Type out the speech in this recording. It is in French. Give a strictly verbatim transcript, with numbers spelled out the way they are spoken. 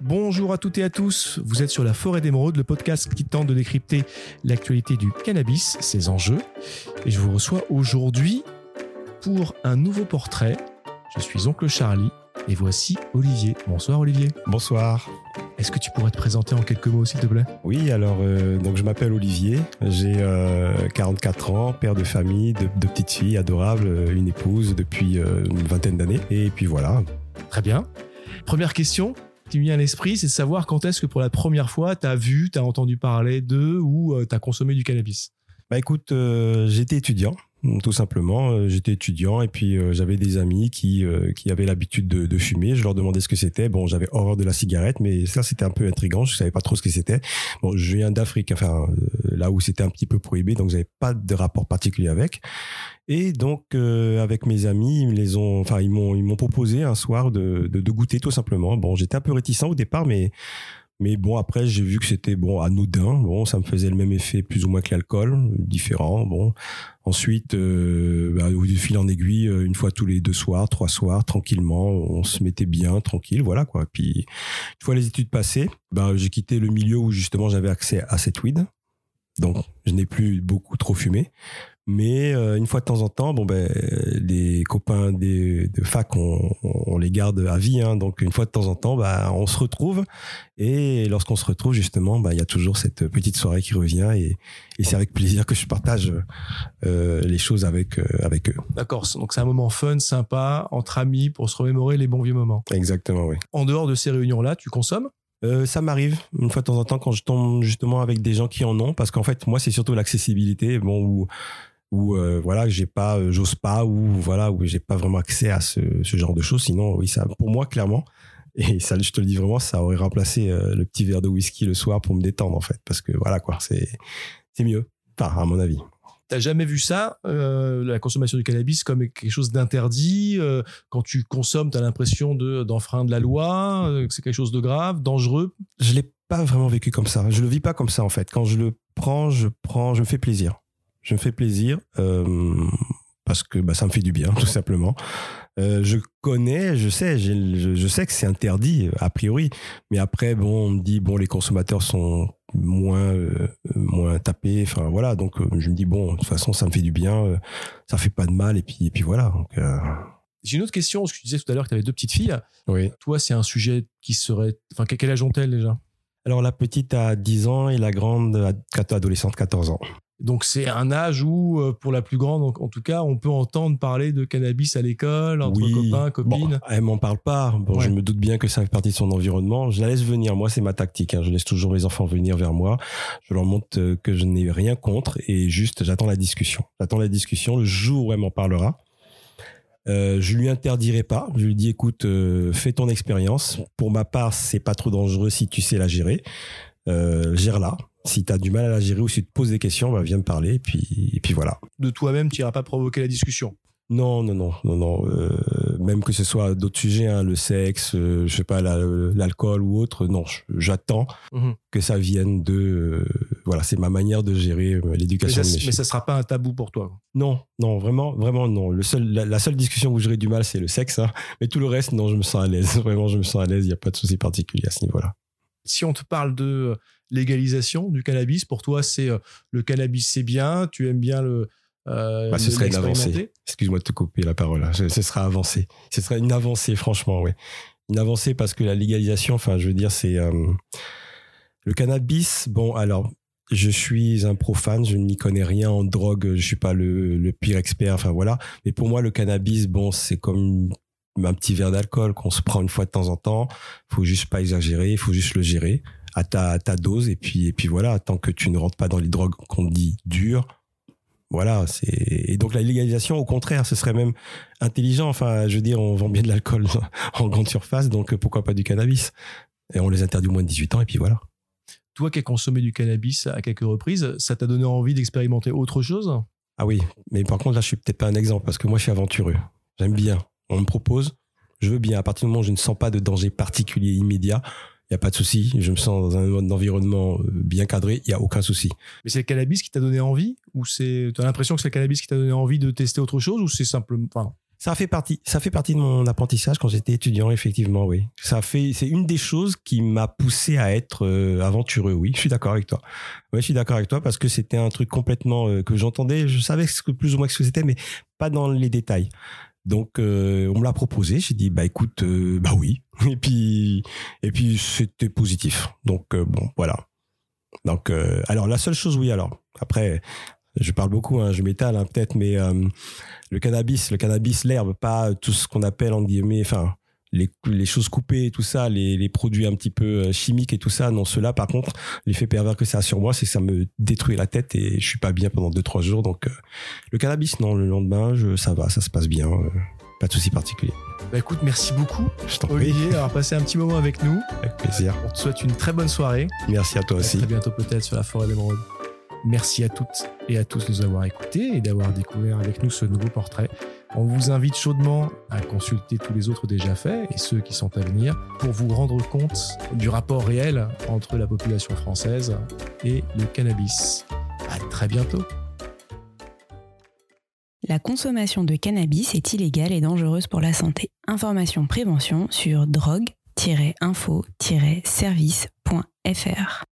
Bonjour à toutes et à tous, vous êtes sur La Forêt d'Émeraude, le podcast qui tente de décrypter l'actualité du cannabis, ses enjeux. Et je vous reçois aujourd'hui pour un nouveau portrait. Je suis Oncle Charlie et voici Olivier. Bonsoir Olivier. Bonsoir. Est-ce que tu pourrais te présenter en quelques mots s'il te plaît ? Oui, alors euh, donc je m'appelle Olivier, j'ai euh, quarante-quatre ans, père de famille, de, de petites filles adorables, une épouse depuis euh, une vingtaine d'années et puis voilà. Très bien. Première question qui me vient à l'esprit, c'est de savoir quand est-ce que pour la première fois tu as vu, tu as entendu parler de ou euh, tu as consommé du cannabis ? Bah écoute, euh, j'étais étudiant. Tout simplement, j'étais étudiant et puis euh, j'avais des amis qui euh, qui avaient l'habitude de, de fumer. Je leur demandais ce que c'était. Bon, j'avais horreur de la cigarette, mais ça c'était un peu intriguant. Je savais pas trop ce que c'était. Bon, je viens d'Afrique, enfin euh, là où c'était un petit peu prohibé, donc j'avais pas de rapport particulier avec. Et donc euh, avec mes amis, ils me les ont, enfin ils m'ont ils m'ont proposé un soir de, de de goûter tout simplement. Bon, j'étais un peu réticent au départ, mais Mais bon, après, j'ai vu que c'était bon anodin. Bon, ça me faisait le même effet plus ou moins que l'alcool, différent. Bon, ensuite, euh, bah, au fil en aiguille, une fois tous les deux soirs, trois soirs, tranquillement, on se mettait bien, tranquille, voilà quoi. Puis, une fois les études passées, bah, j'ai quitté le milieu où justement j'avais accès à cette weed. Donc, je n'ai plus beaucoup trop fumé. Mais euh, une fois de temps en temps, bon ben les copains des, de fac, on, on les garde à vie, hein, donc une fois de temps en temps, bah on se retrouve et lorsqu'on se retrouve justement, bah il y a toujours cette petite soirée qui revient et, et c'est avec plaisir que je partage euh, les choses avec euh, avec eux. D'accord, donc c'est un moment fun, sympa, entre amis pour se remémorer les bons vieux moments. Exactement, oui. En dehors de ces réunions-là, tu consommes ? Euh, ça m'arrive une fois de temps en temps quand je tombe justement avec des gens qui en ont, parce qu'en fait moi c'est surtout l'accessibilité, bon où où euh, voilà j'ai pas euh, j'ose pas ou voilà où j'ai pas vraiment accès à ce, ce genre de choses. Sinon oui, ça pour moi clairement, et ça je te le dis vraiment, ça aurait remplacé euh, le petit verre de whisky le soir pour me détendre en fait, parce que voilà quoi, c'est c'est mieux, enfin à mon avis. T'as jamais vu ça, euh, la consommation du cannabis, comme quelque chose d'interdit euh, quand tu consommes, t'as l'impression de d'enfreindre la loi, euh, que c'est quelque chose de grave, dangereux ? Je l'ai pas vraiment vécu comme ça. Je le vis pas comme ça en fait. Quand je le prends, je prends, je me fais plaisir. Je me fais plaisir euh, parce que bah, ça me fait du bien, tout simplement. Euh, je connais, je sais, j'ai, je, je sais que c'est interdit a priori, mais après bon, on me dit bon, les consommateurs sont moins euh, moins tapés, enfin voilà, donc euh, je me dis bon, de toute façon ça me fait du bien, euh, ça fait pas de mal et puis et puis voilà. Donc, euh... J'ai une autre question, parce que tu disais tout à l'heure que tu avais deux petites filles. Oui. Toi, c'est un sujet qui serait, enfin quel âge ont-elles déjà ? Alors la petite a dix ans et la grande adolescente quatorze ans. Donc c'est un âge où, pour la plus grande, en tout cas, on peut entendre parler de cannabis à l'école, entre oui. copains, copines. Bon, elle m'en parle pas. Bon, ouais. Je me doute bien que ça fait partie de son environnement. Je la laisse venir. Moi, c'est ma tactique. Hein. Je laisse toujours mes enfants venir vers moi. Je leur montre que je n'ai rien contre et juste, j'attends la discussion. J'attends la discussion. Le jour où elle m'en parlera, euh, je lui interdirai pas. Je lui dis, écoute, euh, fais ton expérience. Pour ma part, c'est pas trop dangereux si tu sais la gérer. Euh, gère-la. Si tu as du mal à la gérer ou si tu te poses des questions, bah viens me parler et puis, et puis voilà. De toi-même, tu n'iras pas provoquer la discussion ? Non, non, non, non, non. Euh, même que ce soit d'autres sujets, hein, le sexe, euh, je sais pas, la, l'alcool ou autre, non, j'attends mmh. que ça vienne de... Euh, voilà, c'est ma manière de gérer euh, l'éducation mais ça, de mes filles. Mais ça sera pas un tabou pour toi ? Non, non, vraiment, vraiment non. Le seul, la, la seule discussion où j'aurai du mal, c'est le sexe. Hein. Mais tout le reste, non, je me sens à l'aise. Vraiment, je me sens à l'aise. Il n'y a pas de souci particulier à ce niveau-là. Si on te parle de légalisation du cannabis, pour toi, c'est euh, le cannabis, c'est bien, tu aimes bien le... Euh, bah, ce serait une avancée. Excuse-moi de te couper la parole. Hein. Ce, ce sera avancé. Ce serait une avancée, franchement, oui. Une avancée parce que la légalisation, enfin, je veux dire, c'est euh, le cannabis. Bon, alors, je suis un profane, je n'y connais rien en drogue, je suis pas le, le pire expert, enfin voilà. Mais pour moi, le cannabis, bon, c'est comme un petit verre d'alcool qu'on se prend une fois de temps en temps. Faut juste pas exagérer, il faut juste le gérer à ta, à ta dose et puis et puis voilà, tant que tu ne rentres pas dans les drogues qu'on dit dures. Voilà, c'est et donc la légalisation au contraire, ce serait même intelligent, enfin je veux dire on vend bien de l'alcool en grande surface, donc pourquoi pas du cannabis. Et on les interdit au moins de dix-huit ans et puis voilà. Toi qui as consommé du cannabis à quelques reprises, ça t'a donné envie d'expérimenter autre chose ? Ah oui, mais par contre là je suis peut-être pas un exemple parce que moi je suis aventureux. J'aime bien, on me propose, je veux bien, à partir du moment où je ne sens pas de danger particulier immédiat, il n'y a pas de souci, je me sens dans un environnement bien cadré, il n'y a aucun souci. Mais c'est le cannabis qui t'a donné envie ? Ou c'est, tu as l'impression que c'est le cannabis qui t'a donné envie de tester autre chose ? Ou c'est simplement... Enfin... Ça fait partie, ça fait partie de mon apprentissage quand j'étais étudiant, effectivement, oui. Ça fait, c'est une des choses qui m'a poussé à être euh, aventureux, oui. Je suis d'accord avec toi. Ouais, je suis d'accord avec toi parce que c'était un truc complètement euh, que j'entendais, je savais ce que, plus ou moins ce que c'était, mais pas dans les détails. Donc, euh, on me l'a proposé. J'ai dit, bah écoute, euh, bah oui. Et puis, et puis c'était positif. Donc euh, bon, voilà. Donc, euh, alors la seule chose, oui. Alors après. Je parle beaucoup, hein, je m'étale hein, peut-être, mais euh, le cannabis, le cannabis, l'herbe, pas tout ce qu'on appelle en guillemets, enfin les, les choses coupées, tout ça, les, les produits un petit peu chimiques et tout ça. Non, cela, par contre, l'effet pervers que ça a sur moi, c'est que ça me détruit la tête et je suis pas bien pendant deux trois jours. Donc euh, le cannabis, non, le lendemain, je, ça va, ça se passe bien, euh, pas de souci particulier. Bah écoute, merci beaucoup, je t'en Olivier, d'avoir passé un petit moment avec nous. Avec plaisir. On te souhaite une très bonne soirée. Merci à toi aussi. À très bientôt peut-être sur la Forêt d'Émeraude. Merci à toutes et à tous de nous avoir écoutés et d'avoir découvert avec nous ce nouveau portrait. On vous invite chaudement à consulter tous les autres déjà faits et ceux qui sont à venir pour vous rendre compte du rapport réel entre la population française et le cannabis. À très bientôt. La consommation de cannabis est illégale et dangereuse pour la santé. Information prévention sur drogue tiret info tiret service point f r.